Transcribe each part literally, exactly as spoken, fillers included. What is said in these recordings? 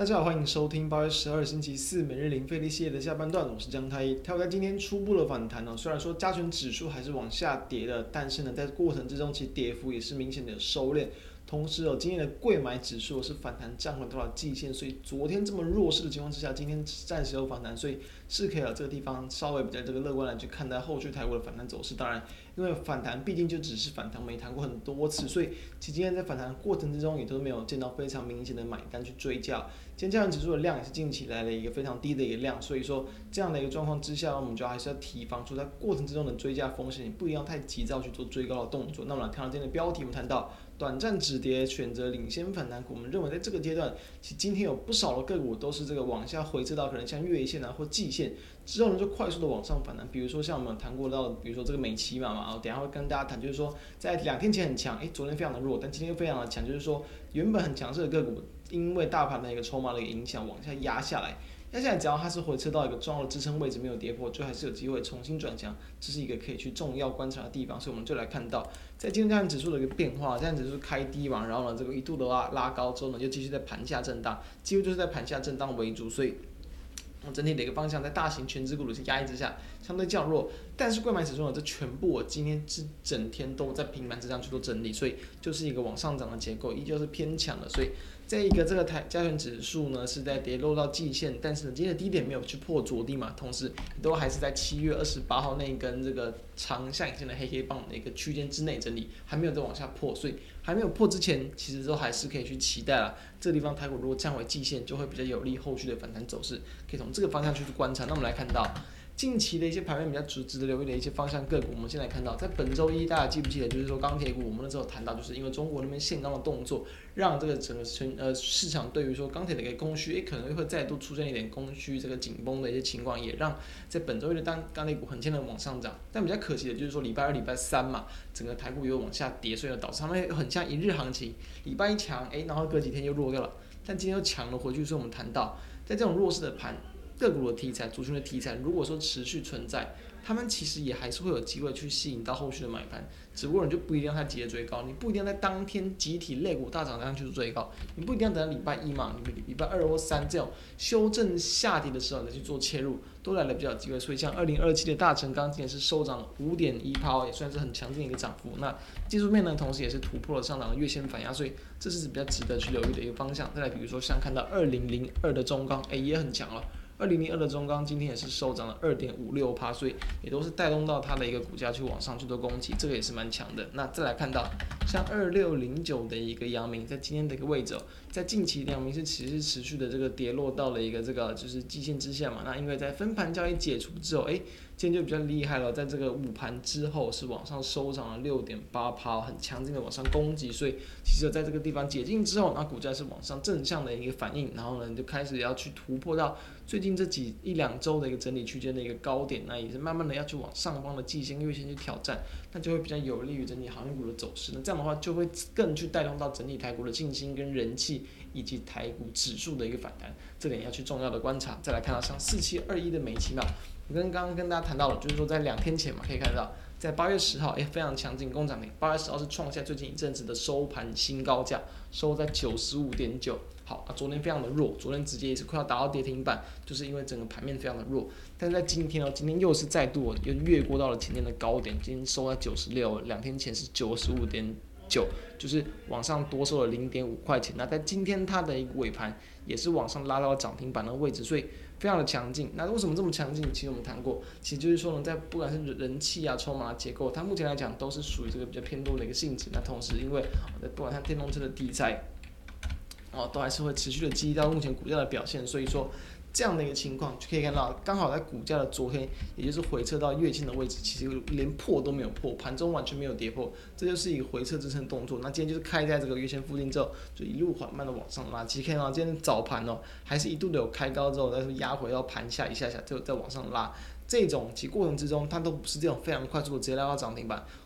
大家好，欢迎收听八月十二星期四每日零费力系列的下半段，我是江太一。台股在今天初步的反弹哦，虽然说加权指数还是往下跌的，但是呢，在过程之中其实跌幅也是明显的收敛。同时哦，今天的贵买指数是反弹站回到了季线，所以昨天这么弱势的情况之下，今天暂时有反弹，所以是可以啊这个地方稍微比较这个乐观来去看待后续台股的反弹走势。当然，因为反弹毕竟就只是反弹，没谈过很多次，所以其实今天在反弹过程之中也都没有见到非常明显的买单去追价。今天加权指数的量也是近期来了一个非常低的一个量，所以说这样的一个状况之下，我们就还是要提防出在过程之中的追加风险，你不一定要太急躁去做追高的动作。那么来看到今天的标题，我们谈到短暂止跌，选择领先反弹股。我们认为在这个阶段，其实今天有不少的个股都是这个往下回撤到可能像月线啊或季线之后呢，就快速的往上反弹。比如说像我们有谈过到的，比如说这个美骑马嘛，我等一下会跟大家谈，就是说在两天前很强，诶，昨天非常的弱，但今天又非常的强，就是说原本很强势的个股，因为大盘的一个筹码的一个影响，往下压下来。那现在只要它是回撤到一个重要的支撑位置没有跌破，就还是有机会重新转强，这是一个可以去重要观察的地方。所以我们就来看到，在今天加权指数的一个变化，加权指数开低嘛，然后呢这个一度的拉拉高之后呢，就继续在盘下震荡，几乎就是在盘下震荡为主，所以。整体的一个方向在大型全指股的压抑之下相对较弱，但是贵买指数呢，这全部我今天是整天都在平盘之上去做整理，所以就是一个往上涨的结构，依旧是偏强的。所以在一个这个台加权指数呢是在跌落到季线，但是呢今天的低点没有去破昨低嘛，同时都还是在七月二十八号那一根这个长下影线的黑黑棒的一个区间之内整理，还没有再往下破，所以还没有破之前，其实都还是可以去期待了。这个地方台股如果站回季线，就会比较有利后续的反弹走势，可以从这个方向去观察。那我们来看到近期的一些盘面比较值得留意的一些方向个股，我们先来看到，在本周一大家记不记得，就是说钢铁股，我们那时候谈到，就是因为中国那边限钢的动作，让这个整个全呃市场对于说钢铁的一个供需，诶可能会再度出现一点供需这个紧绷的一些情况，也让在本周一的当钢铁股很轻的往上涨。但比较可惜的就是说礼拜二、礼拜三嘛，整个台股又往下跌，所以呢导致他们很像一日行情，礼拜一强，诶然后隔几天又弱掉了。但今天又强了回去，所以我们谈到，在这种弱势的盘，个股的题材、族群的题材，如果说持续存在，他们其实也还是会有机会去吸引到后续的买盘，只不过你就不一定要太急着追高，你不一定要在当天集体类股大涨上去追高，你不一定要等到礼拜一嘛，你礼拜二或三这种修正下跌的时候再去做切入，都来的比较有机会。所以像二零二七的大成钢今天是收涨五点一%，也算是很强劲的一个涨幅。那技术面呢，同时也是突破了上涨的月线反压，所以这是比较值得去留意的一个方向。再来比如说像看到二零零二的中钢，哎也很强了。二零零二的中钢今天也是收涨了 二点五六%，所以也都是带动到它的一个股价去往上去做攻击，这个也是蛮强的。那再来看到像二六零九的一个阳明，在今天的一个位置、哦，在近期阳明是其实持续的这个跌落到了一个这个就是季线之下嘛。那因为在分盘交易解除之后，哎，今天就比较厉害了，在这个午盘之后是往上收涨了 六点八%，很强劲的往上攻击，所以其实在这个地方解禁之后，那股价是往上正向的一个反应，然后呢就开始要去突破到最近这几一两周的一个整理区间的一个高点，那也是慢慢的要去往上方的季线、月线去挑战，那就会比较有利于整体航运股的走势。那这样的话，就会更去带动到整体台股的信心跟人气，以及台股指数的一个反弹，这点要去重要的观察。再来看到像四七二一的美骑嘛，我跟刚刚跟大家谈到了，就是说在两天前嘛，可以看到。在八月十号，哎，非常强劲，攻涨停。八月十号是创下最近一阵子的收盘新高价，收在九十五点九。好，啊，昨天非常的弱，昨天直接也是快要达到跌停板，就是因为整个盘面非常的弱。但是在今天哦，今天又是再度又越过到了前天的高点，今天收在九十六，两天前是九十五点九，就是往上多收了零点五块钱。那在今天它的一个尾盘也是往上拉到涨停板的位置，所以非常的强劲。那为什么这么强劲？其实我们谈过，其实就是说呢，在不管是人气啊、筹码结构，它目前来讲都是属于这个比较偏多的一个性质。那同时，因为不管它电动车的题材，哦，都还是会持续的激励到目前股价的表现。所以说，这样的一个情况就可以看到，刚好在股价的昨天，也就是回撤到月线的位置，其实连破都没有破，盘中完全没有跌破，这就是一个回撤支撑动作。那今天就是开在这个月线附近之后，就一路缓慢的往上拉。其实看到今天早盘哦，还是一度的有开高之后，再压回到盘下一下下，就再往上拉。这种其过程之中，它都不是这种非常快速的直接拉到涨停板，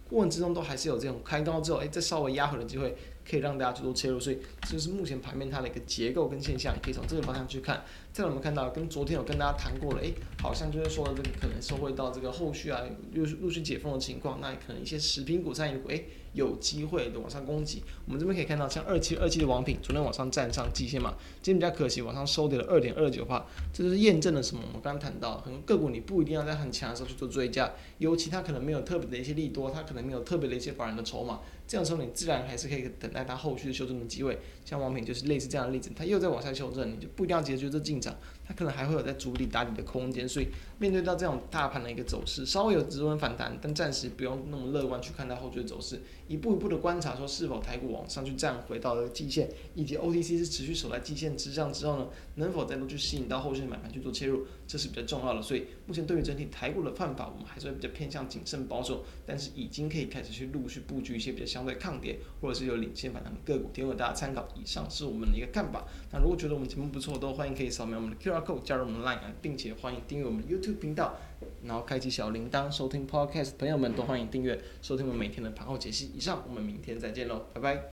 过程之中都还是有这种开高之后，哎，再稍微压回的机会，可以让大家去做切入。所以这就是目前盘面它的一个结构跟现象，可以从这个方向去看。再来我们看到，跟昨天有跟大家谈过了，哎，好像就是说这个可能收回到这个后续啊，陆陆续解封的情况，那可能一些食品股、餐饮股，哎，有机会的往上攻击。我们这边可以看到，像二七二七的王品，昨天往上站上季线嘛，今天比较可惜，往上收跌了二点二九%，这就是验证了什么？我们刚刚谈到，可能个股你不一定要在很强的时候去做追加，尤其它可能没有特别的一些利多，它可能没有特别的一些法人的筹码，这样的时候你自然还是可以等待它后续的修正的机会。像王品就是类似这样的例子，它又在往下修正，你就不一定要直接就进场，它可能还会有在筑底打底的空间。所以面对到这种大盘的一个走势，稍微有止稳反弹，但暂时不用那么乐观去看待后续的走势，一步一步的观察说是否台股往上去站回到了季线，以及 O T C 是持续守在季线之上之后呢，能否再度去吸引到后续的买盘去做切入，这是比较重要的。所以目前对于整体台股的看法，我们还是会比较偏向谨慎保守，但是已经可以开始去陆续布局一些比较相对抗跌或者是有领先反弹的个股，提供给大家参考。以上是我们的一个看法。那如果觉得我们节目不错，都欢迎可以扫描我们的 Q R code 加入我们的 Line， 并且欢迎订阅我们的 YouTube 频道，然后开启小铃铛收听 Podcast。朋友们都欢迎订阅收听我们每天的盘后解析。以上，我们明天再见喽，拜拜。